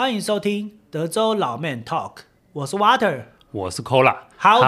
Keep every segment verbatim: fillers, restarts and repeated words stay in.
欢迎收听德州老 man talk， 我是 Water， 我是 Cola，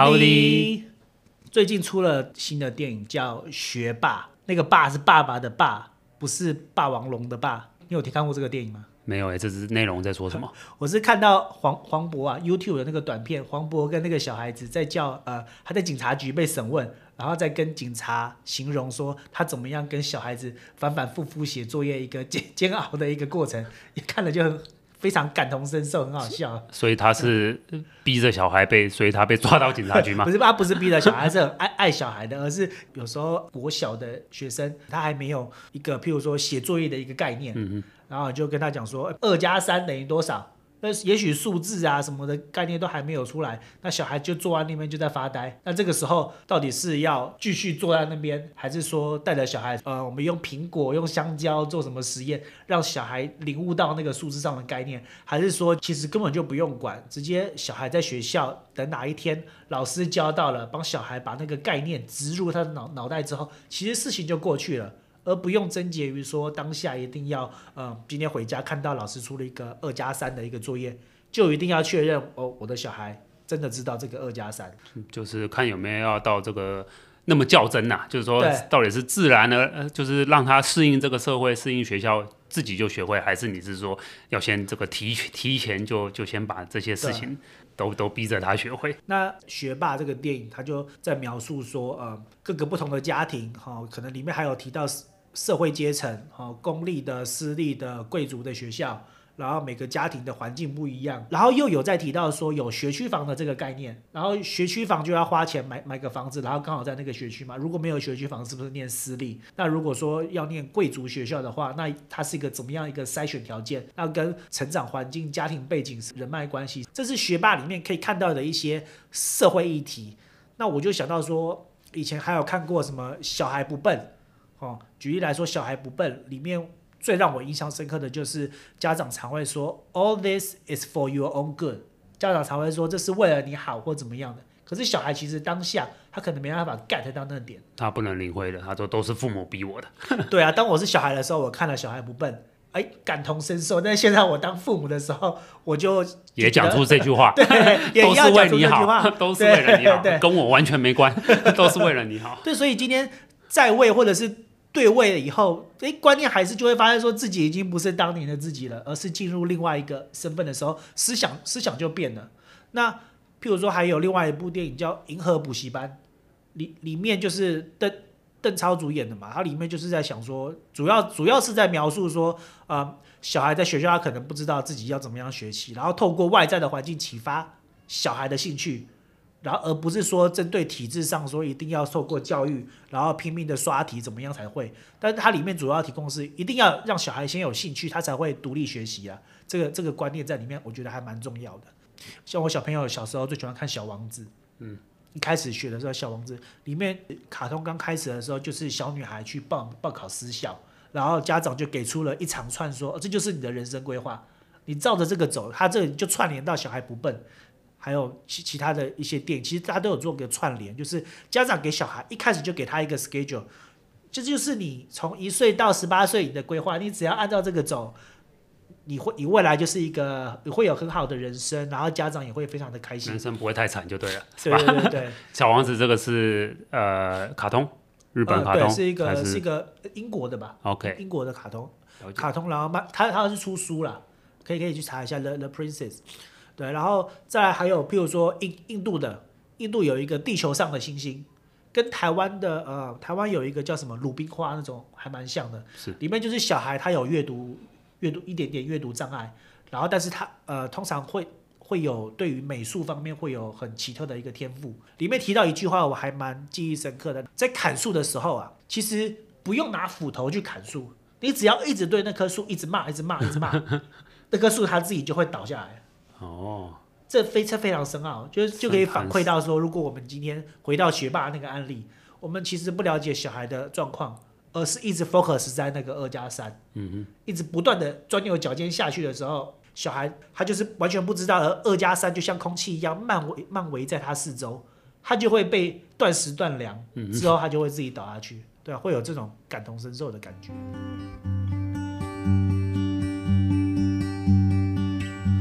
Howdy。最近出了新的电影叫《学霸》，那个霸是爸爸的霸，不是霸王龙的霸。你有看过这个电影吗？ 没有哎、欸，这是内容在说什么？ 我是看到黄黄渤啊 YouTube 的那个短片，黄渤跟那个小孩子在叫呃他在警察局被审问，然后再跟警察形容说他怎么样跟小孩子反反复复写作业一个煎煎熬的一个过程，也看了就很非常感同身受，很好笑。 所以他是逼着小孩被，所以他被抓到警察局吗？ 不是，他不是逼着小孩，是很爱爱小孩的，而是有时候国小的学生他还没有一个譬如说写作业的一个概念，嗯、然后就跟他讲说二加三等于多少。那也许数字啊什么的概念都还没有出来，那小孩就坐在那边就在发呆。那这个时候到底是要继续坐在那边，还是说带着小孩，呃，我们用苹果、用香蕉做什么实验，让小孩领悟到那个数字上的概念？还是说其实根本就不用管，直接小孩在学校等哪一天老师教到了，帮小孩把那个概念植入他的脑脑袋之后，其实事情就过去了。而不用症结于说当下一定要，呃，今天回家看到老师出了一个二加三的一个作业，就一定要确认哦，我的小孩真的知道这个二加三， 就是看有没有要到这个那么较真呐、啊，就是说到底是自然的，呃，就是让他适应这个社会、适应学校，自己就学会，还是你是说要先这个提提前就就先把这些事情都都逼着他学会？ 那学霸这个电影，他就在描述说，呃，各个不同的家庭，哈、哦，可能里面还有提到社会阶层，哦，公立的、私立的、贵族的学校，然后每个家庭的环境不一样，然后又有在提到说有学区房的这个概念，然后学区房就要花钱买买个房子，然后刚好在那个学区嘛，如果没有学区房，是不是念私立？那如果说要念贵族学校的话，那它是一个怎么样一个筛选条件？那跟成长环境、家庭背景、人脉关系，这是学霸里面可以看到的一些社会议题。那我就想到说，以前还有看过什么小孩不笨。哦，举例来说，小孩不笨里面最让我印象深刻的就是家长常会说 "All this is for your own good"， 家长常会说这是为了你好或怎么样的。可是小孩其实当下他可能没办法 get 到那个点， 他不能领会的，他说都是父母逼我的。 对啊，当我是小孩的时候，我看了小孩不笨，哎，感同身受。但是现在我当父母的时候，我就也讲出这句话， 对，也都是为你好，都是为了你好，跟我完全没关，都是为了你好。 对，所以今天在位或者是对位了以后，哎，观念还是就会发现说自己已经不是当年的自己了，而是进入另外一个身份的时候，思想思想就变了。那譬如说还有另外一部电影叫《银河补习班》，里里面就是邓邓超主演的嘛，它里面就是在想说，主要主要是在描述说，呃，小孩在学校他可能不知道自己要怎么样学习，然后透过外在的环境启发小孩的兴趣。然后而不是说针对体制上说一定要受过教育，然后拼命的刷题怎么样才会，但是它里面主要提供是一定要让小孩先有兴趣，他才会独立学习啊。这个这个观念在里面，我觉得还蛮重要的。像我小朋友小时候最喜欢看小王子，嗯，一开始学的时候小王子里面卡通刚开始的时候就是小女孩去报报考私校，然后家长就给出了一长串说、哦、这就是你的人生规划，你照着这个走，他这里就串联到小孩不笨。还有 其, 其他的一些电影，其实大家都有做个串联，就是家长给小孩一开始就给他一个 schedule， 这就是你从一岁到十八岁你的规划，你只要按照这个走，你会你未来就是一个你会有很好的人生，然后家长也会非常的开心， 人生不会太惨就对了。 对对对对。 小王子这个是呃卡通，日本卡通，呃、 对，是一个是一个英国的吧 ？OK， 英国的卡通，卡通，然后他他是出书啦，可以可以去查一下 The The Princess。对，然后再来还有譬如说印印度的，印度有一个地球上的星星，跟台湾的呃台湾有一个叫什么鲁冰花那种还蛮像的， 是里面就是小孩他有阅读阅读一点点阅读障碍，然后但是他呃通常会会有对于美术方面会有很奇特的一个天赋。里面提到一句话我还蛮记忆深刻的，在砍树的时候啊，其实不用拿斧头去砍树，你只要一直对那棵树一直骂一直骂一直骂，那棵树它自己就会倒下来。 哦， 这非常非常深奥，就就可以反馈到说，如果我们今天回到学霸那个案例，我们其实不了解小孩的状况，而是一直 focus 在那个二加三，一直不断的钻牛角尖下去的时候，小孩他就是完全不知道，而二加三就像空气一样漫围漫围在他四周，他就会被断食断粮，之后他就会自己倒下去，对啊，会有这种感同身受的感觉。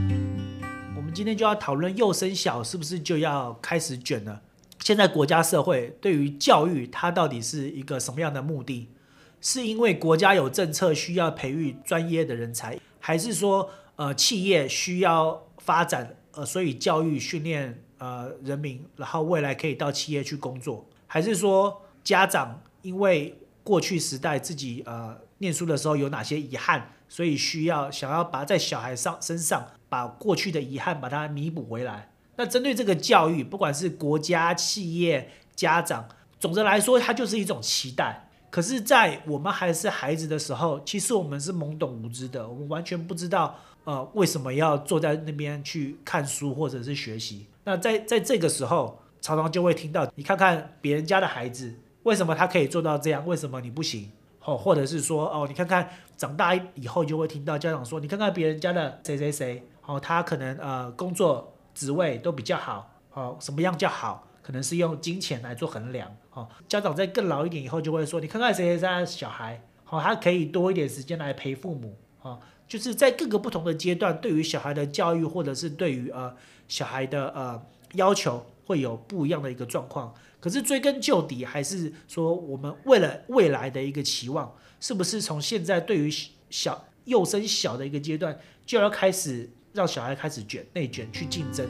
今天就要讨论幼升小是不是就要开始卷了？现在国家社会对于教育，它到底是一个什么样的目的？是因为国家有政策需要培育专业的人才，还是说呃企业需要发展，呃所以教育训练呃人民，然后未来可以到企业去工作？还是说家长因为过去时代自己呃念书的时候有哪些遗憾，所以需要想要把在小孩上身上把过去的遗憾把它弥补回来？那针对这个教育，不管是国家、企业、家长，总的来说，它就是一种期待。可是，在我们还是孩子的时候，其实我们是懵懂无知的，我们完全不知道，呃，为什么要坐在那边去看书或者是学习。那在在这个时候，常常就会听到，你看看别人家的孩子，为什么他可以做到这样，为什么你不行？哦，或者是说，哦，你看看长大以后就会听到家长说，你看看别人家的谁谁谁，哦，他可能呃工作职位都比较好，哦，什么样叫好？可能是用金钱来做衡量，哦，家长在更老一点以后就会说，你看看谁谁谁的小孩，哦，他可以多一点时间来陪父母，哦，就是在各个不同的阶段，对于小孩的教育或者是对于呃小孩的呃要求会有不一样的一个状况。可是追根究底，还是说我们为了未来的一个期望，是不是从现在对于小幼升小的一个阶段，就要开始让小孩开始卷内卷去竞争？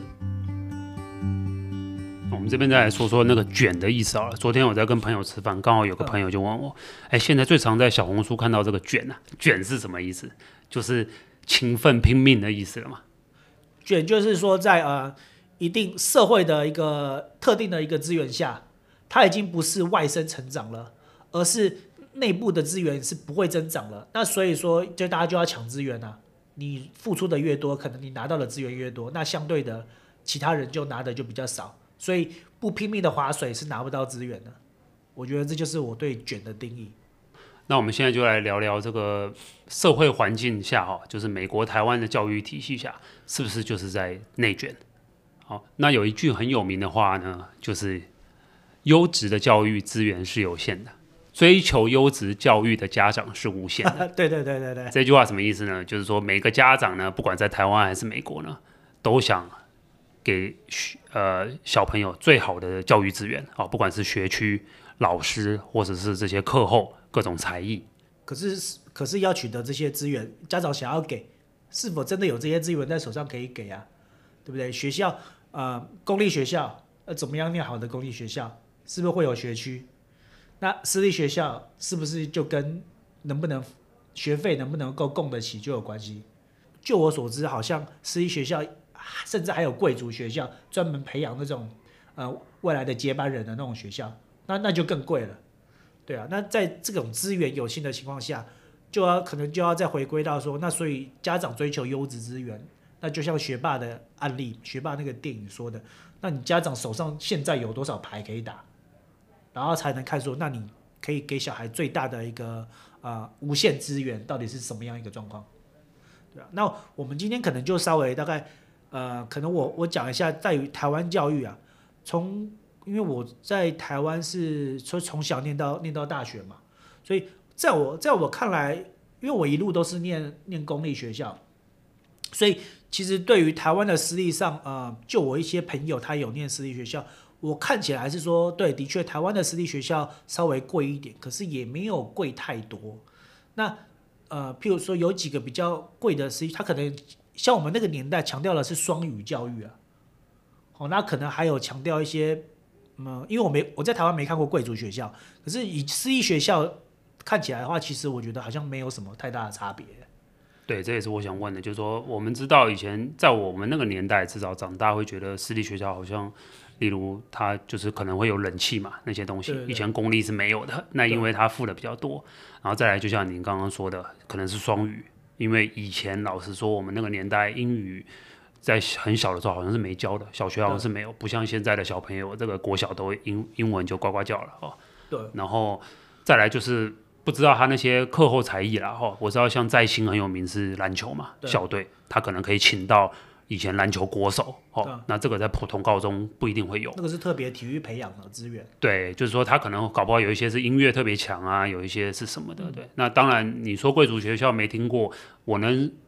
我们这边再来说说那个卷的意思好了。昨天我在跟朋友吃饭，刚好有个朋友就问我，哎、嗯，现在最常在小红书看到这个卷啊，卷是什么意思？就是勤奋拼命的意思了嘛？ 卷就是说在呃一定社会的一个特定的一个资源下，它已经不是外生成长了，而是内部的资源是不会增长了。那所以说，就大家就要抢资源啊。你付出的越多，可能你拿到的资源越多，那相对的其他人就拿的就比较少。所以不拼命的划水是拿不到资源的。我觉得这就是我对卷的定义。 那我们现在就来聊聊这个社会环境下哈，就是美国、台湾的教育体系下，是不是就是在内卷？好，那有一句很有名的话呢，就是优质的教育资源是有限的，追求优质教育的家长是无限的。 对对对对对。 这句话什么意思呢？就是说每个家长呢，不管在台湾还是美国呢，都想给呃小朋友最好的教育资源啊、哦，不管是学区、老师，或者是这些课后各种才艺。 可是可是要取得这些资源，家长想要给，是否真的有这些资源在手上可以给啊？对不对？学校呃公立学校呃怎么样念好的公立学校，是不是会有学区？那私立学校是不是就跟能不能学费能不能够供得起就有关系？就我所知，好像私立学校甚至还有贵族学校，专门培养那种呃未来的接班人的那种学校，那那就更贵了，对啊。那在这种资源有限的情况下，就要可能就要再回归到说，那所以家长追求优质资源，那就像学霸的案例，学霸那个电影说的，那你家长手上现在有多少牌可以打，然后才能看说，那你可以给小孩最大的一个呃无限资源到底是什么样一个状况，对啊。那我们今天可能就稍微大概。呃，可能我我讲一下，在于台湾教育啊，从因为我在台湾是从从小念到念到大学嘛，所以在我在我看来，因为我一路都是念念公立学校，所以其实对于台湾的私立上，呃，就我一些朋友他有念私立学校，我看起来是说，对，的确台湾的私立学校稍微贵一点，可是也没有贵太多。那呃，譬如说有几个比较贵的私立，他可能。像我们那个年代强调的是双语教育啊，哦，那可能还有强调一些，嗯，因为我没我在台湾没看过贵族学校，可是以私立学校看起来的话，其实我觉得好像没有什么太大的差别。 对，这也是我想问的，就是说我们知道以前在我们那个年代，至少长大会觉得私立学校好像，例如它就是可能会有冷气嘛那些东西，对对对，以前公立是没有的，那因为它付的比较多，然后再来就像您刚刚说的，可能是双语。因为以前老实说，我们那个年代英语在很小的时候好像是没教的，小学好像是没有，不像现在的小朋友，这个国小都英英文就呱呱叫了哦。 对。 然后再来就是不知道他那些课后才艺啦哈、哦，我知道像在新很有名是篮球嘛，校队他可能可以请到以前篮球国手哦，那这个在普通高中不一定会有， 那个是特别体育培养的资源。 对，就是说他可能搞不好有一些是音乐特别强啊，有一些是什么的。对，那当然你说贵族学校没听过，我能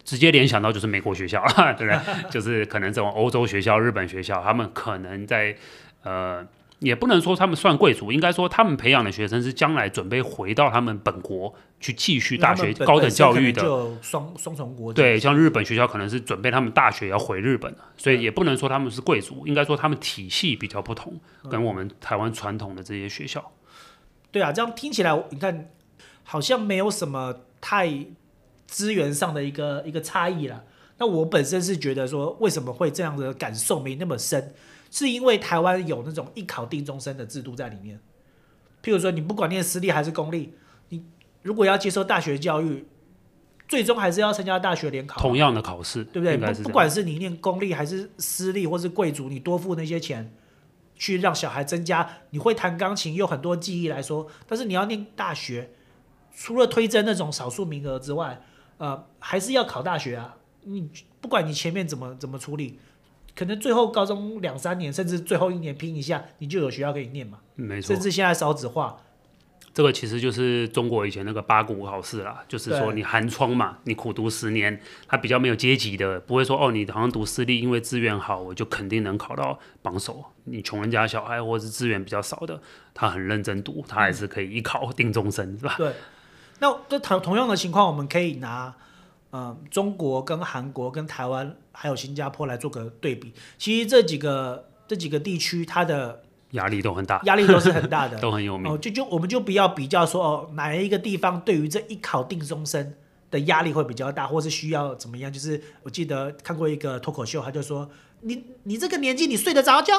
直接联想到就是美国学校，对不对？就是可能这种欧洲学校、日本学校，他们可能在呃。也不能说他们算贵族，应该说他们培养的学生是将来准备回到他们本国去继续大学高等教育的， 就双双重国籍。 对，像日本学校可能是准备他们大学要回日本的，所以也不能说他们是贵族，应该说他们体系比较不同，跟我们台湾传统的这些学校。 对啊，这样听起来你看好像没有什么太资源上的一个一个差异啦。那我本身是觉得说，为什么会这样的感受没那么深？是因为台湾有那种一考定终身的制度在里面，譬如说你不管念私立还是公立，你如果要接受大学教育，最终还是要参加大学联考， 同样的考试， 对不对？不不管是你念公立还是私立，或是贵族，你多付那些钱去让小孩增加，你会弹钢琴有很多记忆来说，但是你要念大学，除了推甄那种少数名额之外，呃，还是要考大学啊。你不管你前面怎么怎么处理。可能最后高中两三年，甚至最后一年拼一下，你就有学校可以念嘛。 没错。 甚至现在少子化， 这个其实就是中国以前那个八股考试啦，就是说你寒窗嘛，你苦读十年，它比较没有阶级的，不会说哦，你好像读私立，因为资源好，我就肯定能考到榜首。你穷人家小孩或是资源比较少的，他很认真读，他还是可以一考定终身，是吧？ 对。那这同同样的情况，我们可以拿。嗯，中国跟韩国跟台湾还有新加坡来做个对比，其实这几个这几个地区，它的压力都很大， 压力都是很大的， 都很有名。 哦，就就我们就不要比较说哦，哪一个地方对于这一考定终身的压力会比较大，或是需要怎么样？就是我记得看过一个脱口秀，他就说。你你这个年纪你睡得着觉？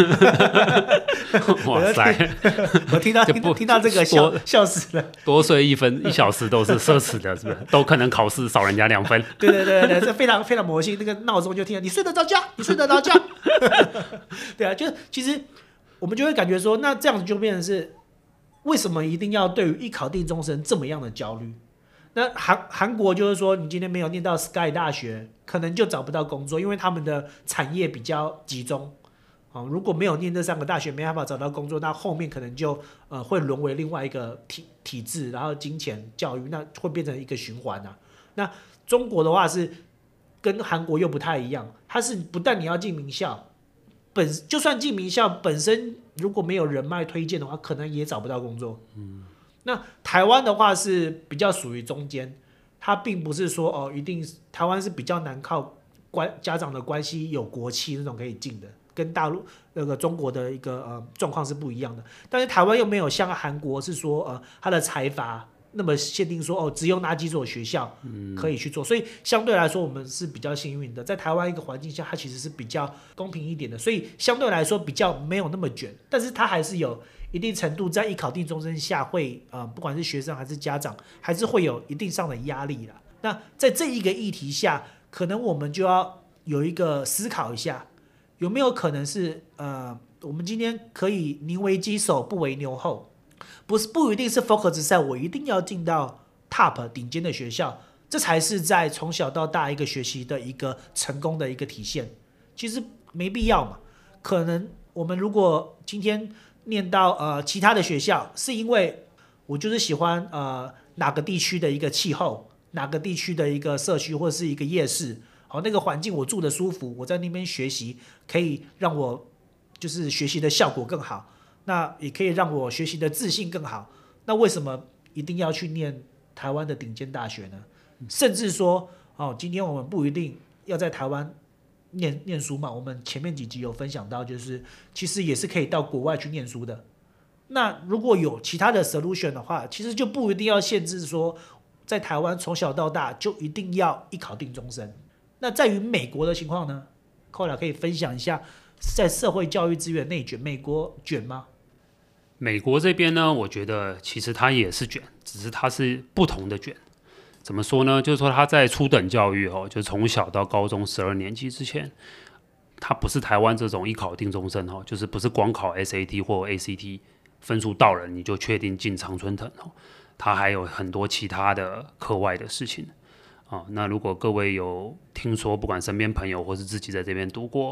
哇塞！ 我听到听到听到这个笑笑死了。 多睡一分一小时都是奢侈的，是不是？都可能考试少人家两分。 对对对对，这非常非常魔性。那个闹钟就听到你睡得着觉，你睡得着觉。对啊，就其实我们就会感觉说，那这样子就变成是为什么一定要对于一考定终身这么样的焦虑？那韩韩国就是说，你今天没有念到 Sky 大学，可能就找不到工作，因为他们的产业比较集中。哦，如果没有念这三个大学，没办法找到工作，那后面可能就呃会沦为另外一个体体制，然后金钱教育，那会变成一个循环啊。那中国的话是跟韩国又不太一样，它是不但你要进名校，本就算进名校本身如果没有人脉推荐的话，可能也找不到工作。嗯。那台湾的话是比较属于中间，它并不是说哦，一定台湾是比较难靠关家长的关系有国企那种可以进的，跟大陆那个中国的一个呃状况是不一样的。但是台湾又没有像韩国是说呃它的财阀那么限定说哦，只有哪几所学校可以去做，嗯、所以相对来说我们是比较幸运的，在台湾一个环境下，它其实是比较公平一点的，所以相对来说比较没有那么卷，但是它还是有。一定程度在一考定终身下会，呃，不管是学生还是家长，还是会有一定上的压力啦。那在这一个议题下，可能我们就要有一个思考一下，有没有可能是，呃，我们今天可以宁为鸡首不为牛后，不是不一定是 focus 在我一定要进到 top 顶尖的学校，这才是在从小到大一个学习的一个成功的一个体现。其实没必要嘛，可能我们如果今天念到呃其他的学校，是因为我就是喜欢呃哪个地区的一个气候，哪个地区的一个社区或者是一个夜市，好、哦、那个环境我住的舒服，我在那边学习可以让我就是学习的效果更好，那也可以让我学习的自信更好。那为什么一定要去念台湾的顶尖大学呢？甚至说哦，今天我们不一定要在台湾。念念书嘛，我们前面几集有分享到，就是其实也是可以到国外去念书的。那如果有其他的 solution 的话，其实就不一定要限制说，在台湾从小到大就一定要一考定终身。那在于美国的情况呢，寇老可以分享一下，在社会教育资源内卷，美国卷吗？ 美国这边呢，我觉得其实它也是卷，只是它是不同的卷。怎么说呢？就是说他在初等教育哦，就从小到高中十二年级之前，他不是台湾这种一考定终身哦，就是不是光考 S A T 或 A C T 分数到了你就确定进常春藤哦，他还有很多其他的课外的事情啊、哦。那如果各位有听说，不管身边朋友或是自己在这边读过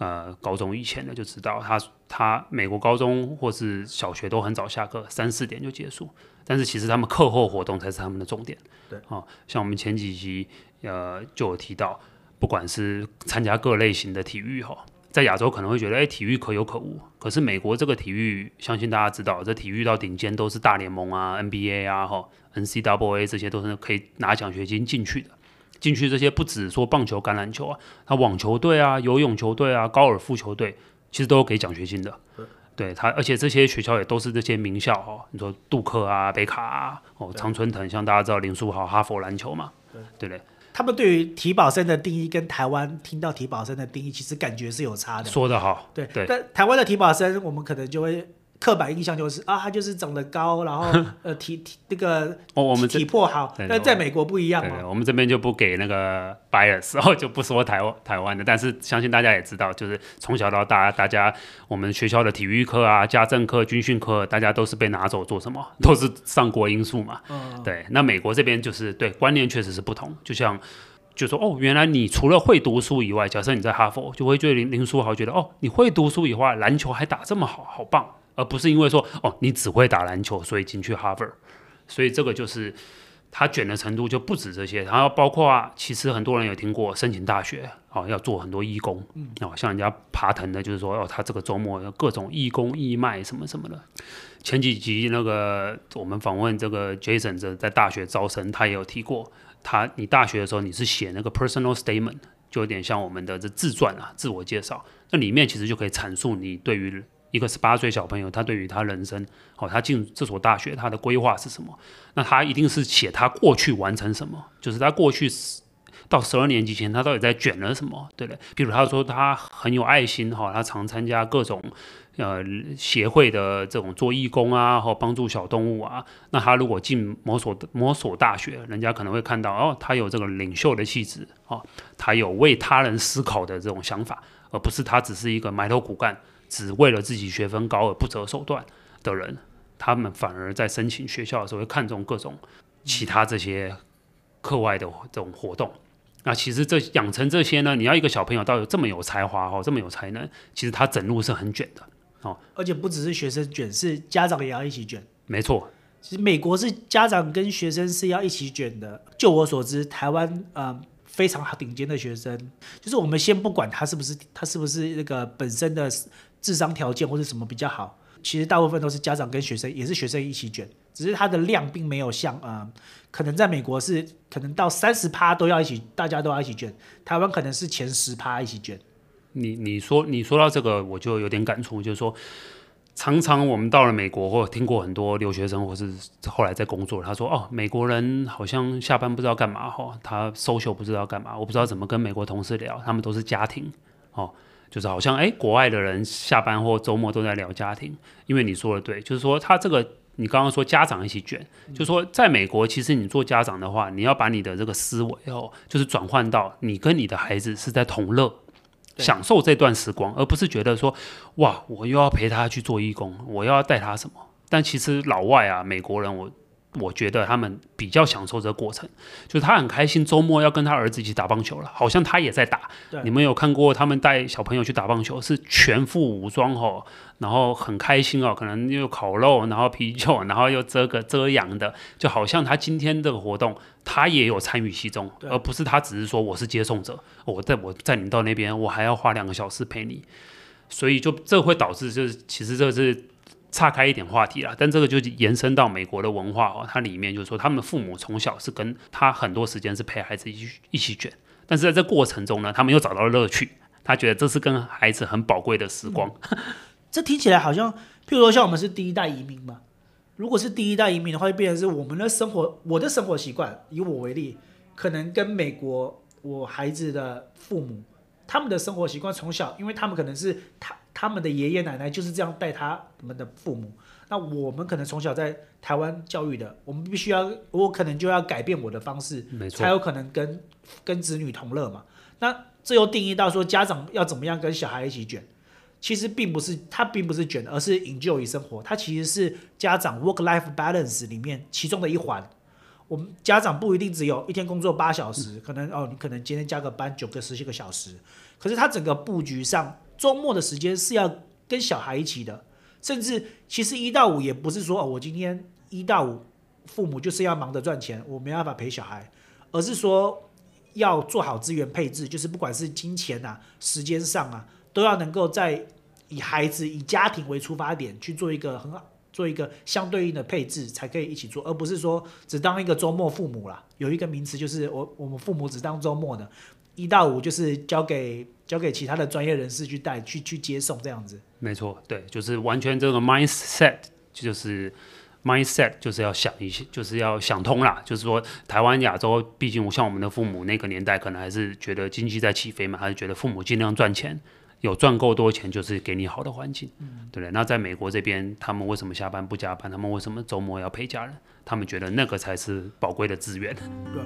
呃高中以前的就知道，他他美国高中或是小学都很早下课，三四点就结束。但是其实他们课后活动才是他们的重点。 对， 哦，像我们前几集呃就有提到，不管是参加各类型的体育哈。在亚洲可能会觉得，哎，体育可有可无。可是美国这个体育，相信大家知道，这体育到顶尖都是大联盟啊、N B A 啊、哈 N C double A 这些都是可以拿奖学金进去的。进去这些不只说棒球、橄榄球啊，他网球队啊、游泳球队啊、高尔夫球队，其实都有给奖学金的。对他，而且这些学校也都是这些名校哈、哦。你说杜克啊、北卡啊、哦常春藤，像大家知道林书豪哈佛篮球嘛，对不对？ 他们对于体保生的定义跟台湾听到体保生的定义，其实感觉是有差的。 说得好， 对对。 但台湾的体保生，我们可能就会刻板印象就是啊，他就是长得高，然后呃体体那个哦，我们体魄好。但在美国不一样嘛。 对，我们这边就不给那个 bias， 然后就不说台湾台湾的，但是相信大家也知道，就是从小到大，大家我们学校的体育课啊、家政课、军训课，大家都是被拿走做什么？都是上国英数嘛。嗯、对，那美国这边就是对观念确实是不同，就像。就说哦，原来你除了会读书以外，假设你在哈佛，就会觉得林林书豪觉得哦，你会读书以外，篮球还打这么好，好棒，而不是因为说哦，你只会打篮球，所以进去哈佛。所以这个就是他卷的程度就不止这些，然后包括啊，其实很多人有听过申请大学，哦，要做很多义工，嗯，哦，像人家爬藤的，就是说哦，他这个周末有各种义工义卖什么什么的。前几集那个我们访问这个 Jason 在大学招生，他也有提过。他，你大学的时候你是写那个 personal statement， 就有点像我们的这自传啊，自我介绍。那里面其实就可以阐述你对于一个十八岁小朋友，他对于他人生，哦，他进这所大学他的规划是什么？那他一定是写他过去完成什么，就是他过去到十二年级前他到底在卷了什么，对不对？比如他说他很有爱心哈，他常参加各种。呃，协会的这种做义工啊，或帮助小动物啊，那他如果进某所某所大学，人家可能会看到哦，他有这个领袖的气质哦，他有为他人思考的这种想法，而不是他只是一个埋头苦干，只为了自己学分高而不择手段的人。他们反而在申请学校的时候会看重各种其他这些课外的这种活动。那其实这养成这些呢，你要一个小朋友到底这么有才华哦，这么有才能，其实他整路是很卷的。哦， 而且不只是学生卷，是家长也要一起卷。 没错， 其实美国是家长跟学生是要一起卷的。就我所知，台湾呃非常顶尖的学生，就是我们先不管他是不是他是不是那个本身的智商条件或是什么比较好，其实大部分都是家长跟学生，也是学生一起卷，只是它的量并没有像呃，可能在美国是可能到三十趴都要一起，大家都要一起卷，台湾可能是前十趴一起卷。 你你说你说到这个，我就有点感触，就是说，常常我们到了美国，或听过很多留学生，或是后来在工作，他说哦，美国人好像下班不知道干嘛哈，他 social 不知道干嘛，我不知道怎么跟美国同事聊，他们都是家庭哦，就是好像哎，国外的人下班或周末都在聊家庭，因为你说的对，就是说他这个。你刚刚说家长一起卷，就是说在美国，其实你做家长的话，你要把你的这个思维哦，就是转换到你跟你的孩子是在同乐。享受这段时光，而不是觉得说，哇，我又要陪他去做义工，我又要带他什么？但其实老外啊，美国人我，我觉得他们比较享受这个过程，就是他很开心，周末要跟他儿子一起打棒球了，好像他也在打。你们有看过他们带小朋友去打棒球，是全副武装哦，然后很开心哦，可能又烤肉，然后啤酒，然后又遮个遮阳的，就好像他今天这个活动。他也有参与其中，而不是他只是说我是接送者，我在我在你到那边，我还要花两个小时陪你，所以就这会导致就是其实这是岔开一点话题啦，但这个就延伸到美国的文化哦，它里面就是说他们父母从小是跟他很多时间是陪孩子一起一起卷，但是在这过程中呢，他们又找到了乐趣，他觉得这是跟孩子很宝贵的时光。 嗯、这听起来好像，譬如说像我们是第一代移民嘛。如果是第一代移民的话，就变成是我们的生活，我的生活习惯，以我为例，可能跟美国我孩子的父母他们的生活习惯从小，因为他们可能是他他们的爷爷奶奶就是这样带他们的父母，那我们可能从小在台湾教育的，我们必须要，我可能就要改变我的方式，才有可能跟跟子女同乐嘛。那这又定义到说家长要怎么样跟小孩一起卷。其实并不是，它并不是卷，而是 enjoy 生活。它其实是家长 work-life balance 里面其中的一环。我们家长不一定只有一天工作八小时，可能哦，你可能今天加个班九个十几个小时，可是它整个布局上周末的时间是要跟小孩一起的，甚至其实一到五也不是说哦，我今天一到五父母就是要忙着赚钱，我没办法陪小孩，而是说要做好资源配置，就是不管是金钱啊、时间上啊，都要能够在以孩子、以家庭为出发点去做一个很好。做一个相对应的配置，才可以一起做，而不是说只当一个周末父母啦。有一个名词就是我我们父母只当周末的，一到五就是交给交给其他的专业人士去带去去接送这样子。 没错，对，就是完全这个 mindset 就是 mindset 就是要想一些，就是要想通啦。就是说，台湾亚洲，毕竟像我们的父母那个年代，可能还是觉得经济在起飞嘛，还是觉得父母尽量赚钱。有赚够多钱就是给你好的环境，嗯、对不对？那在美国这边，他们为什么下班不加班？他们为什么周末要陪家人？他们觉得那个才是宝贵的资源。 对。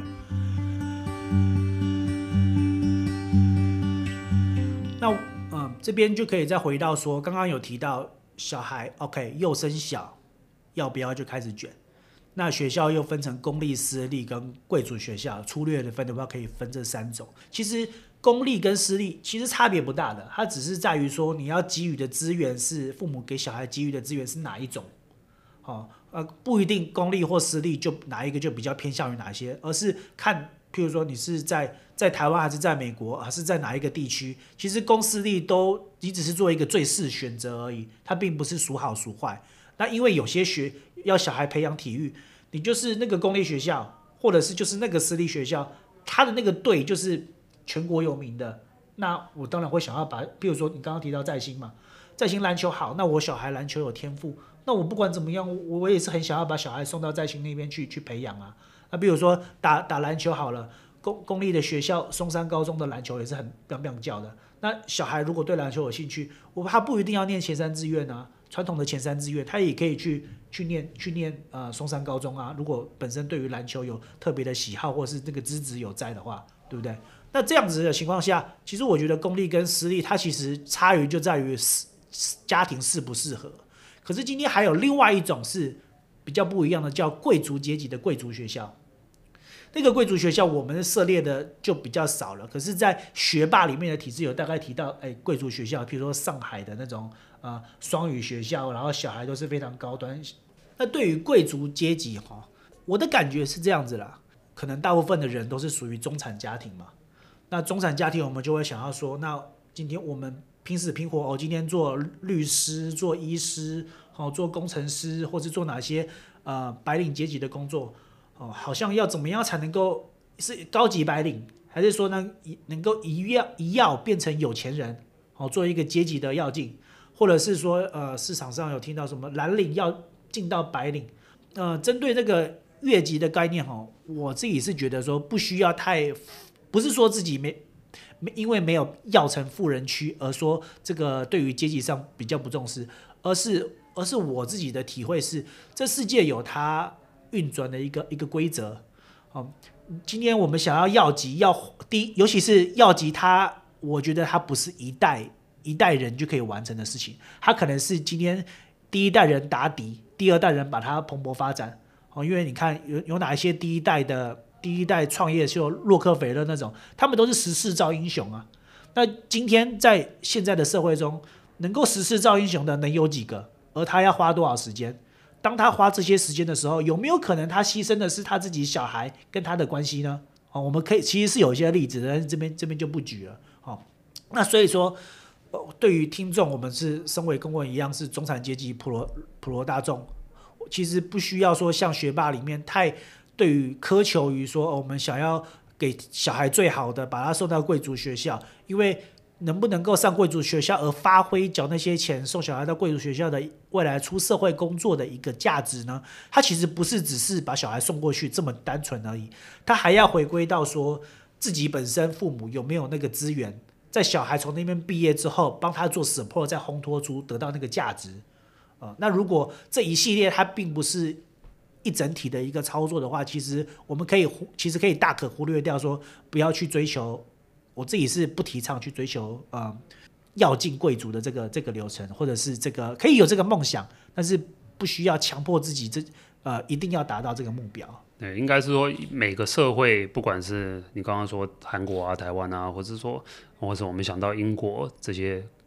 那嗯，这边就可以再回到说，刚刚有提到小孩 ，OK， 幼升小，要不要就开始卷？那学校又分成公立、私立跟贵族学校，粗略的分的话，可以分这三种。其实公立跟私立其实差别不大的，它只是在于说你要给予的资源是父母给小孩给予的资源是哪一种，哦，呃，不一定公立或私立就哪一个就比较偏向于哪些，而是看，譬如说你是在在台湾还是在美国，还是在哪一个地区，其实公私立都你只是做一个最适选择而已，它并不是孰好孰坏。那因为有些学要小孩培养体育，你就是那个公立学校，或者是就是那个私立学校，他的那个队就是全国有名的，那我当然会想要把，比如说你刚刚提到在兴嘛，在兴篮球好，那我小孩篮球有天赋，那我不管怎么样，我也是很想要把小孩送到在兴那边去去培养啊。那比如说打打篮球好了，公公立的学校松山高中的篮球也是很棒棒叫的。那小孩如果对篮球有兴趣，我他不一定要念前三志愿啊。传统的前三志愿，他也可以去去念去念呃松山高中啊。如果本身对于篮球有特别的喜好，或是那个资质有在的话，对不对？那这样子的情况下，其实我觉得公立跟私立，它其实差异就在于家庭适不适合。可是今天还有另外一种是比较不一样的，叫贵族阶级的贵族学校。那个贵族学校我们涉猎的就比较少了，可是，在学霸里面的体制有大概提到，哎，贵族学校，比如说上海的那种呃双语学校，然后小孩都是非常高端。那对于贵族阶级哈，我的感觉是这样子啦，可能大部分的人都是属于中产家庭嘛。那中产家庭我们就会想要说，那今天我们拼死拼活哦，今天做律师、做医师、哦做工程师，或是做哪些呃白领阶级的工作。哦，好像要怎么样才能够是高级白领，还是说呢能够一跃一跃变成有钱人？哦，做一个阶级的跃进，或者是说呃市场上有听到什么蓝领要进到白领，呃，针对这个越级的概念哈，我自己是觉得说不需要太，不是说自己没没因为没有要成富人区而说这个对于阶级上比较不重视，而是而是我自己的体会是，这世界有它运转的一个一个规则，哦，今天我们想要要级，要第，尤其是要级，它我觉得它不是一代一代人就可以完成的事情，它可能是今天第一代人打底，第二代人把它蓬勃发展，哦，因为你看有有哪一些第一代的第一代创业就洛克菲勒那种，他们都是时势造英雄啊。那今天在现在的社会中，能够时势造英雄的能有几个？而他要花多少时间？当他花这些时间的时候，有没有可能他牺牲的是他自己小孩跟他的关系呢？哦，我们可以其实是有一些例子的，但是这边这边就不举了。哦，那所以说，对于听众，我们是身为跟我一样是中产阶级普罗普罗大众，其实不需要说像学霸里面太对于苛求于说，哦，我们想要给小孩最好的，把他送到贵族学校，因为能不能够上贵族学校而发挥缴那些钱送小孩到贵族学校的未来出社会工作的一个价值呢？它其实不是只是把小孩送过去这么单纯而已，它还要回归到说自己本身父母有没有那个资源，在小孩从那边毕业之后，帮他做 support， 再烘托出得到那个价值。呃，那如果这一系列它并不是一整体的一个操作的话，其实我们可以其实可以大可忽略掉说不要去追求。我自己是不提倡去追求呃要进贵族的这个这个流程，或者是这个可以有这个梦想，但是不需要强迫自己这呃一定要达到这个目标。 对，应该是说每个社会，不管是你刚刚说韩国啊、台湾啊，或者说或者我们想到英国这些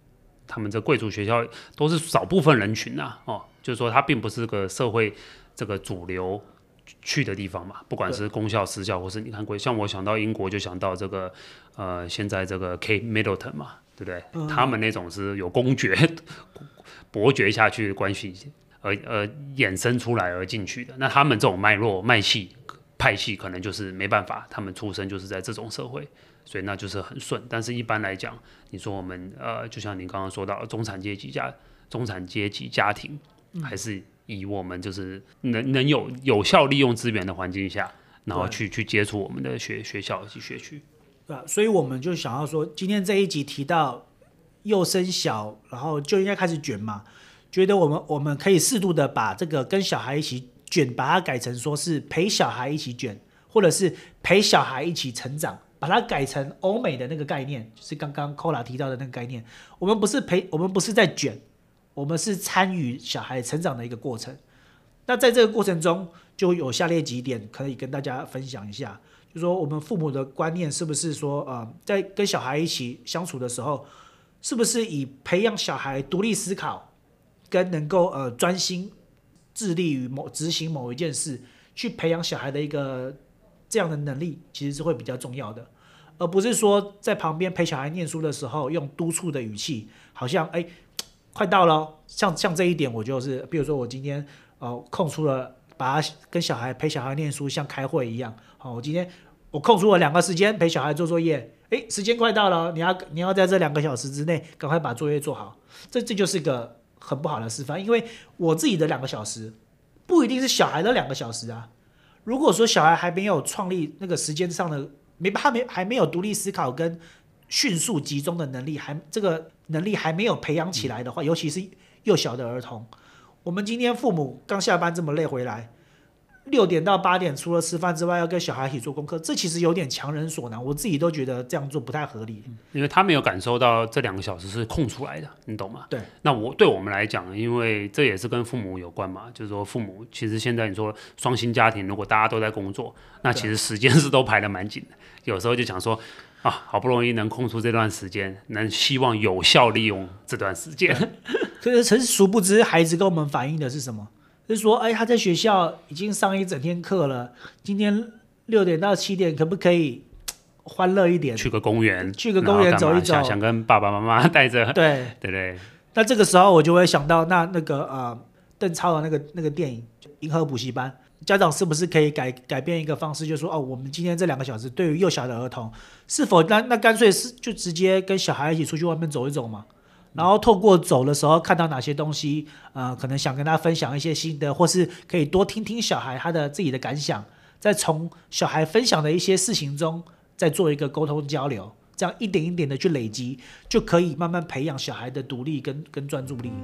他们这贵族学校都是少部分人群呐、啊，哦，就是说它并不是个社会这个主流去的地方嘛，不管是公校、私校，或是你看贵，像我想到英国就想到这个呃，现在这个 Kate Middleton 嘛，对不对？嗯、他们那种是有公爵、伯爵下去的关系而而衍生出来而进去的，那他们这种脉络、脉系、派系，可能就是没办法，他们出生就是在这种社会。所以那就是很顺，但是一般来讲，你说我们呃，就像您刚刚说到中产阶级家、中产阶级家庭，嗯、还是以我们就是能能有有效利用资源的环境下，然后去去接触我们的学学校及学区。 对啊，所以我们就想要说，今天这一集提到幼升小，然后就应该开始卷嘛，觉得我们我们可以适度的把这个跟小孩一起卷，把它改成说是陪小孩一起卷，或者是陪小孩一起成长。把它改成欧美的那个概念，就是刚刚 Cola 提到的那个概念。我们不是陪，我们不是在卷，我们是参与小孩成长的一个过程。那在这个过程中，就有下列几点可以跟大家分享一下，就是说我们父母的观念是不是说，呃，在跟小孩一起相处的时候，是不是以培养小孩独立思考，跟能够呃专心致力于某执行某一件事，去培养小孩的一个这样的能力，其实是会比较重要的，而不是说在旁边陪小孩念书的时候用督促的语气，好像哎快到了，像像这一点我就是，比如说我今天呃空出了把他跟小孩陪小孩念书像开会一样，好，我今天我空出了两个时间陪小孩做作业，哎时间快到了，你要你要在这两个小时之内赶快把作业做好，这这就是一个很不好的示范，因为我自己的两个小时不一定是小孩的两个小时啊。如果说小孩还没有创立那个时间上的没他没还没有独立思考跟迅速集中的能力，还这个能力还没有培养起来的话，尤其是幼小的儿童，我们今天父母刚下班这么累回来，六点到八点除了吃饭之外，要跟小孩一起做功课，这其实有点强人所难，我自己都觉得这样做不太合理。 因为他没有感受到这两个小时是空出来的，你懂吗？ 对。 那我对我们来讲，因为这也是跟父母有关嘛，就是说父母其实现在你说双薪家庭，如果大家都在工作，那其实时间是都排得蛮紧的。有时候就想说啊，好不容易能空出这段时间，能希望有效利用这段时间。 可是殊不知，孩子跟我们反映的是什么？就是说，哎，他在学校已经上一整天课了，今天六点到七点可不可以欢乐一点？ 去个公园， 去个公园走一走， 想想跟爸爸妈妈带着， 对对对。 那这个时候我就会想到，那那个呃邓超的那个那个电影《银河补习班》，家长是不是可以改改变一个方式，就是说哦，我们今天这两个小时对于幼小的儿童，是否那那干脆是就直接跟小孩一起出去外面走一走嘛？然后透过走的时候看到哪些东西，呃，可能想跟他分享一些心得，或是可以多听听小孩他的自己的感想，再从小孩分享的一些事情中，再做一个沟通交流，这样一点一点的去累积，就可以慢慢培养小孩的独立跟跟专注力。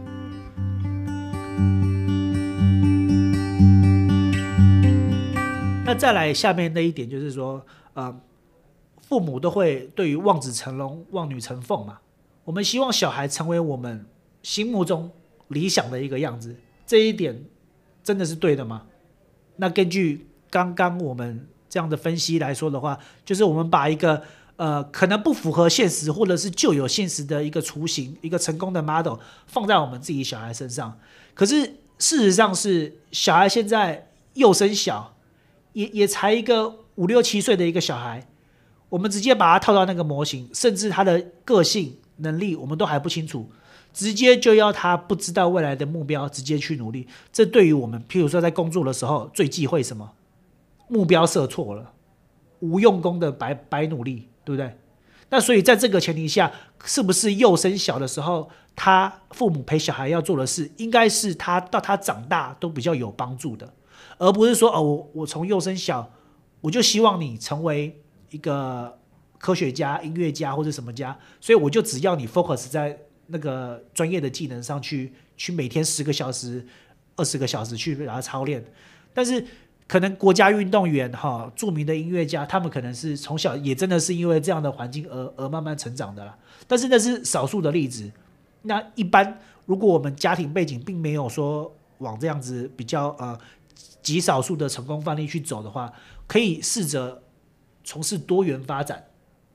那再来下面那一点就是说，呃，父母都会对于望子成龙、望女成凤嘛。我们希望小孩成为我们心目中理想的一个样子，这一点真的是对的吗？那根据刚刚我们这样的分析来说的话，就是我们把一个呃可能不符合现实或者是旧有现实的一个雏形，一个成功的 model 放在我们自己小孩身上，可是事实上是小孩现在幼升小，也也才一个五六七岁的一个小孩，我们直接把他套到那个模型，甚至他的个性能力我们都还不清楚，直接就要他不知道未来的目标直接去努力，这对于我们譬如说在工作的时候最忌讳什么？目标设错了，无用功的白白努力，对不对？那所以在这个前提下，是不是幼升小的时候，他父母陪小孩要做的事，应该是他到他长大都比较有帮助的，而不是说哦，我我从幼升小，我就希望你成为一个科学家、音乐家或者什么家，所以我就只要你 focus 在那个专业的技能上去，去每天十个小时、二十个小时去把它操练。但是可能国家运动员哈，著名的音乐家，他们可能是从小也真的是因为这样的环境而而慢慢成长的啦。但是那是少数的例子。那一般如果我们家庭背景并没有说往这样子比较呃极少数的成功范例去走的话，可以试着从事多元发展。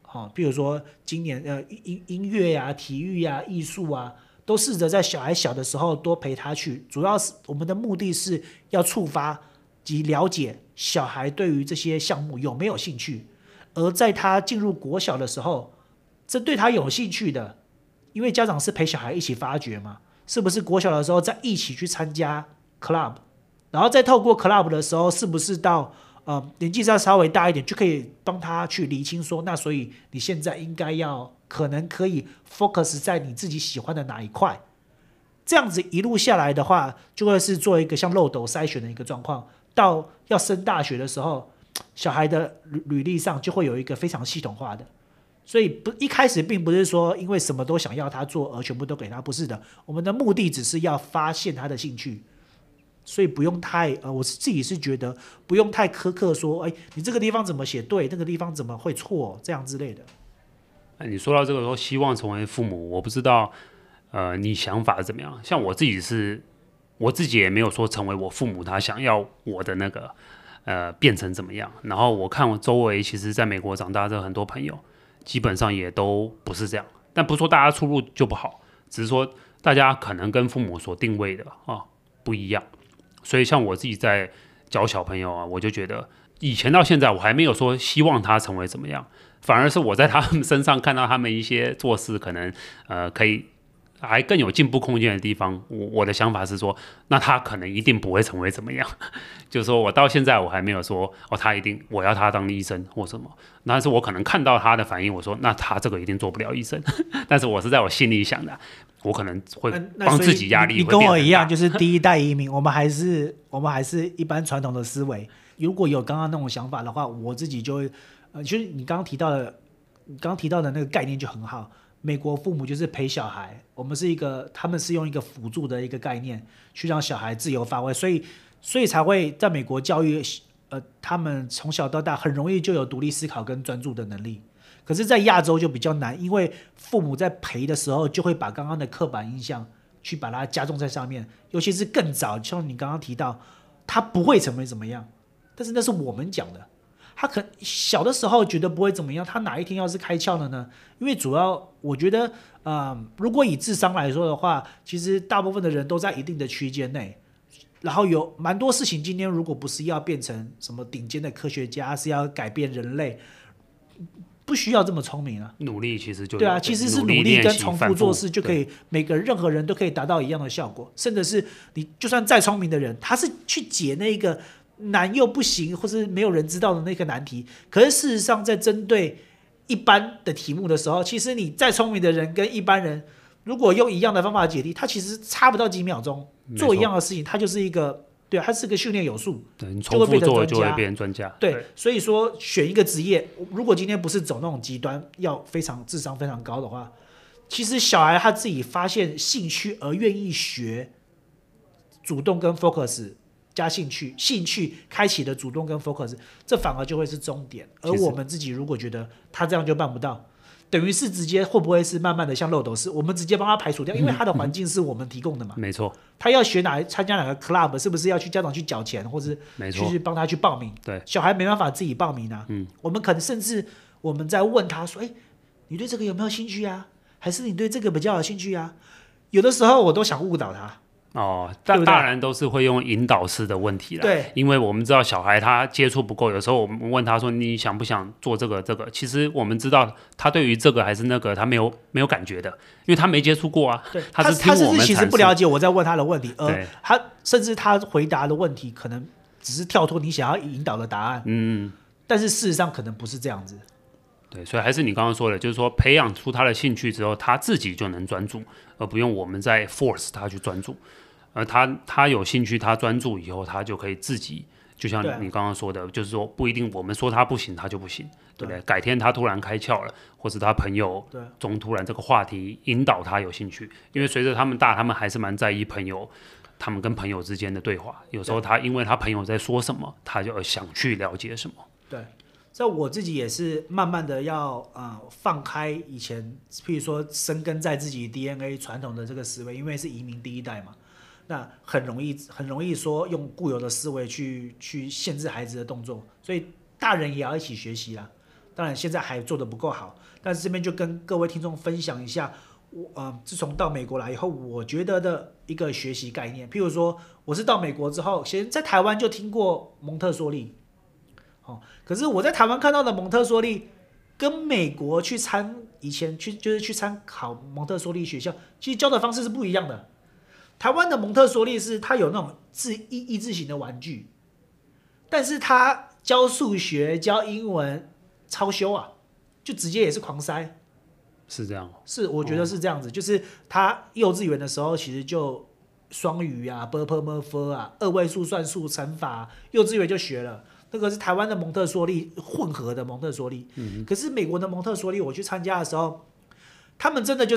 哈、哦，比如说今年呃音音乐啊、体育啊、艺术啊，都试着在小孩小的时候多陪他去。主要是我们的目的是要触发及了解小孩对于这些项目有没有兴趣，而在他进入国小的时候，这对他有兴趣的，因为家长是陪小孩一起发掘嘛，是不是国小的时候再一起去参加 club， 然后再透过 club 的时候，是不是到呃，年纪再稍微大一点，就可以帮他去厘清说，那所以你现在应该要可能可以 focus 在你自己喜欢的哪一块，这样子一路下来的话，就会是做一个像漏斗筛选的一个状况。到要升大学的时候，小孩的履履历上就会有一个非常系统化的。所以不一开始并不是说因为什么都想要他做而全部都给他，不是的。我们的目的只是要发现他的兴趣。所以不用太呃，我自己是觉得不用太苛刻说，哎，你这个地方怎么写对，那个地方怎么会错，这样之类的。 你说到这个说希望成为父母，我不知道呃你想法怎么样。像我自己是，我自己也没有说成为我父母他想要我的那个呃变成怎么样。然后我看我周围其实在美国长大的很多朋友，基本上也都不是这样。但不是说大家出路就不好，只是说大家可能跟父母所定位的啊不一样。所以像我自己在教小朋友啊，我就觉得以前到现在我还没有说希望他成为怎么样，反而是我在他们身上看到他们一些做事可能呃可以还更有进步空间的地方，我我的想法是说，那他可能一定不会成为怎么样，就是说我到现在我还没有说哦，他一定我要他当医生或什么，但是我可能看到他的反应，我说那他这个一定做不了医生，但是我是在我心里想的，我可能会帮自己压力会变很大。 你跟我一样，就是第一代移民，我们还是我们还是一般传统的思维。如果有刚刚那种想法的话，我自己就会，呃，就是你刚刚提到的，你刚刚提到的那个概念就很好。美国父母就是陪小孩，我们是一个，他们是用一个辅助的一个概念去让小孩自由发挥，所以所以才会在美国教育，呃，他们从小到大很容易就有独立思考跟专注的能力。可是，在亚洲就比较难，因为父母在陪的时候就会把刚刚的刻板印象去把它加重在上面，尤其是更早，像你刚刚提到，他不会成为怎么样，但是那是我们讲的。他可小的时候觉得不会怎么样，他哪一天要是开窍了呢？因为主要我觉得，呃，如果以智商来说的话，其实大部分的人都在一定的区间内，然后有蛮多事情，今天如果不是要变成什么顶尖的科学家，是要改变人类，不需要这么聪明啊。 努力其实就对啊，其实是努力跟重复做事就可以，每个任何人都可以达到一样的效果，甚至是你就算再聪明的人，他是去解那个难又不行，或是没有人知道的那个难题。可是事实上，在针对一般的题目的时候，其实你再聪明的人跟一般人，如果用一样的方法解题，他其实差不到几秒钟做一样的事情，他就是一个对，它是个训练有素， 对，你重复做就会变成专家。 对， 对， 所以说选一个职业，如果今天不是走那种极端，要非常智商非常高的话，其实小孩他自己发现兴趣而愿意学，主动跟 focus。加兴趣，兴趣开启的主动跟 focus， 这反而就会是终点。而我们自己如果觉得他这样就办不到，等于是直接会不会是慢慢的像漏斗式，我们直接帮他排除掉，因为他的环境是我们提供的嘛。 没错。 他要学哪参加哪个 club， 是不是要去家长去缴钱，或是去帮他去报名？ 对， 小孩没办法自己报名啊。嗯，我们可能甚至我们在问他说：“哎，你对这个有没有兴趣啊？还是你对这个比较有兴趣啊？”有的时候我都想误导他。 哦，但大人都是会用引导式的问题啦， 对， 因为我们知道小孩他接触不够，有时候我们问他说你想不想做这个这个，其实我们知道他对于这个还是那个他没有没有感觉的，因为他没接触过啊， 对， 他是听我们他其实不了解我在问他的问题，而他甚至他回答的问题可能只是跳脱你想要引导的答案，嗯，但是事实上可能不是这样子。 对，所以还是你刚刚说的，就是说培养出他的兴趣之后，他自己就能专注，而不用我们在 force 他去专注。而他他有兴趣，他专注以后，他就可以自己，就像你刚刚说的，就是说不一定我们说他不行，他就不行，对不对？改天他突然开窍了，或者他朋友中突然这个话题引导他有兴趣，因为随着他们大，他们还是蛮在意朋友，他们跟朋友之间的对话。有时候他因为他朋友在说什么，他就想去了解什么。 对。所以我自己也是慢慢的要呃放开以前，譬如说生根在自己 D N A 传统的这个思维，因为是移民第一代嘛，那很容易很容易说用固有的思维去去限制孩子的动作，所以大人也要一起学习啦。 当然现在还做得不够好，但是这边就跟各位听众分享一下，我呃自从到美国来以后，我觉得的一个学习概念。譬如说，我是到美国之后，先在台湾就听过蒙特梭利，哦，可是我在台湾看到的蒙特梭利，跟美国去参以前去就是去参考蒙特梭利学校，其实教的方式是不一样的。台湾的蒙特梭利是它有那种自益益智型的玩具，但是它教数学、教英文超修啊，就直接也是狂塞。 是这样， 是我觉得是这样子，哦、就是他幼稚园的时候其实就双语啊、b p m f 啊、二位数算术、乘法、啊，幼稚园就学了。那个是台湾的蒙特梭利混合的蒙特梭利，嗯、可是美国的蒙特梭利，我去参加的时候，他们真的就是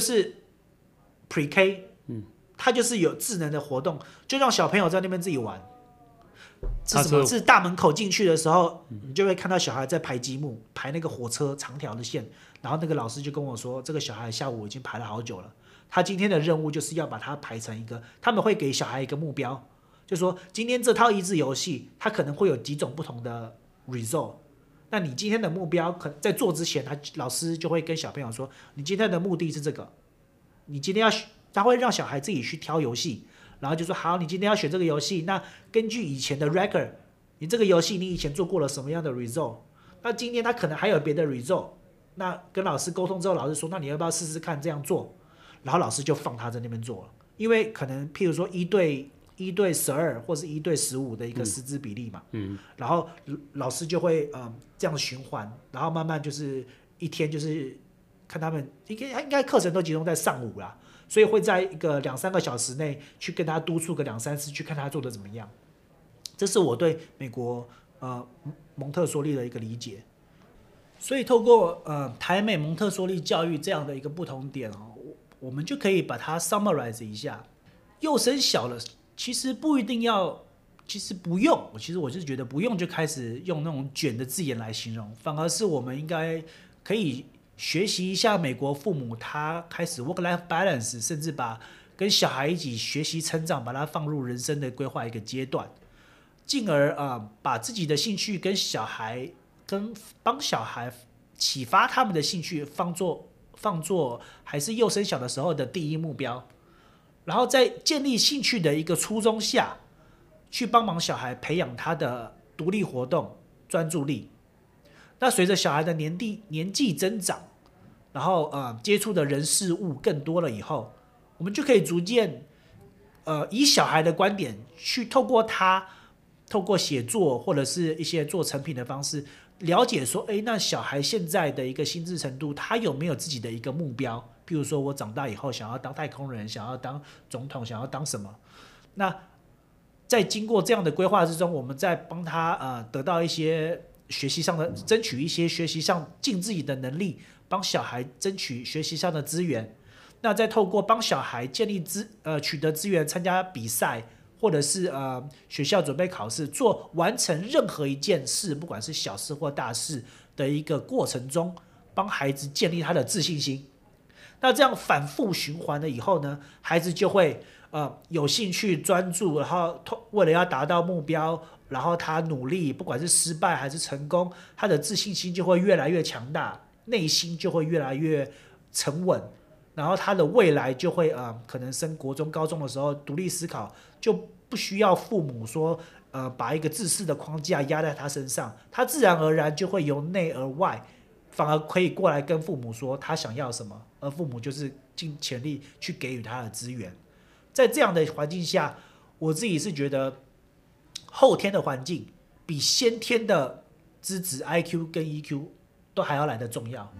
Pre K， 嗯，他就是有智能的活动，就让小朋友在那边自己玩。是什么？是大门口进去的时候，你就会看到小孩在排积木，排那个火车长条的线。然后那个老师就跟我说，这个小孩下午已经排了好久了，他今天的任务就是要把它排成一个，他们会给小孩一个目标，就说今天这套益智游戏，它可能会有几种不同的 result。那你今天的目标，可在做之前，他老师就会跟小朋友说，你今天的目的是这个，你今天要，他会让小孩自己去挑游戏。然后就说好，你今天要选这个游戏，那根据以前的 record， 你这个游戏你以前做过了什么样的 result？ 那今天他可能还有别的 result， 那跟老师沟通之后，老师说，那你要不要试试看这样做？然后老师就放他在那边做了，因为可能譬如说一对一对十二或是一对十五的一个师资比例嘛，嗯，然后老师就会嗯这样循环，然后慢慢就是一天就是看他们应该应该课程都集中在上午啦。所以会在一个两三个小时内去跟他督促个两三次，去看他做的怎么样。这是我对美国呃蒙特梭利的一个理解。所以透过呃台美蒙特梭利教育这样的一个不同点哦，我们就可以把它 summarize 一下。幼升小了，其实不一定要，其实不用。我其实我就是觉得不用就开始用那种卷的字眼来形容，反而是我们应该可以。学习一下美国父母，他开始 work-life balance， 甚至把跟小孩一起学习成长，把它放入人生的规划一个阶段，进而、呃、把自己的兴趣跟小孩，跟帮小孩启发他们的兴趣放作放作还是幼升小的时候的第一目标，然后在建立兴趣的一个初衷下，去帮忙小孩培养他的独立活动、专注力。那随着小孩的年纪年纪增长，然后呃接触的人事物更多了以后，我们就可以逐渐呃以小孩的观点去透过他透过写作或者是一些做成品的方式，了解说，哎，那小孩现在的一个心智程度，他有没有自己的一个目标？譬如说我长大以后想要当太空人，想要当总统，想要当什么？那在经过这样的规划之中，我们再帮他呃得到一些。学习上的争取一些学习上尽自己的能力，帮小孩争取学习上的资源。那再透过帮小孩建立资呃取得资源，参加比赛或者是呃学校准备考试，做完成任何一件事，不管是小事或大事的一个过程中，帮孩子建立他的自信心。那这样反复循环了以后呢，孩子就会呃有兴趣、专注，然后为了要达到目标。然后他努力，不管是失败还是成功，他的自信心就会越来越强大，内心就会越来越沉稳，然后他的未来就会呃，可能升国中、高中的时候独立思考，就不需要父母说呃把一个自私的框架压在他身上，他自然而然就会由内而外，反而可以过来跟父母说他想要什么，而父母就是尽全力去给予他的资源。在这样的环境下，我自己是觉得。后天的环境比先天的资质 I Q 跟 E Q 都还要来得重要。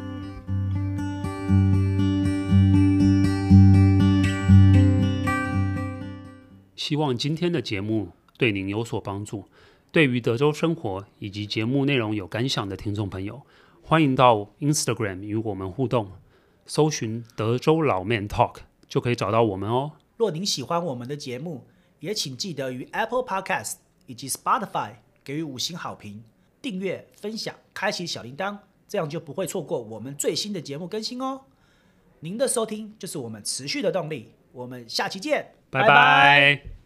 希望今天的节目对您有所帮助。对于德州生活以及节目内容有感想的听众朋友，欢迎到 Instagram 与我们互动，搜寻德州老 Man Talk 就可以找到我们哦。 若您喜欢我们的节目，也请记得于 Apple Podcast 以及 Spotify 给予五星好评，订阅、分享、开启小铃铛，这样就不会错过我们最新的节目更新哦。您的收听就是我们持续的动力，我们下期见， 拜拜。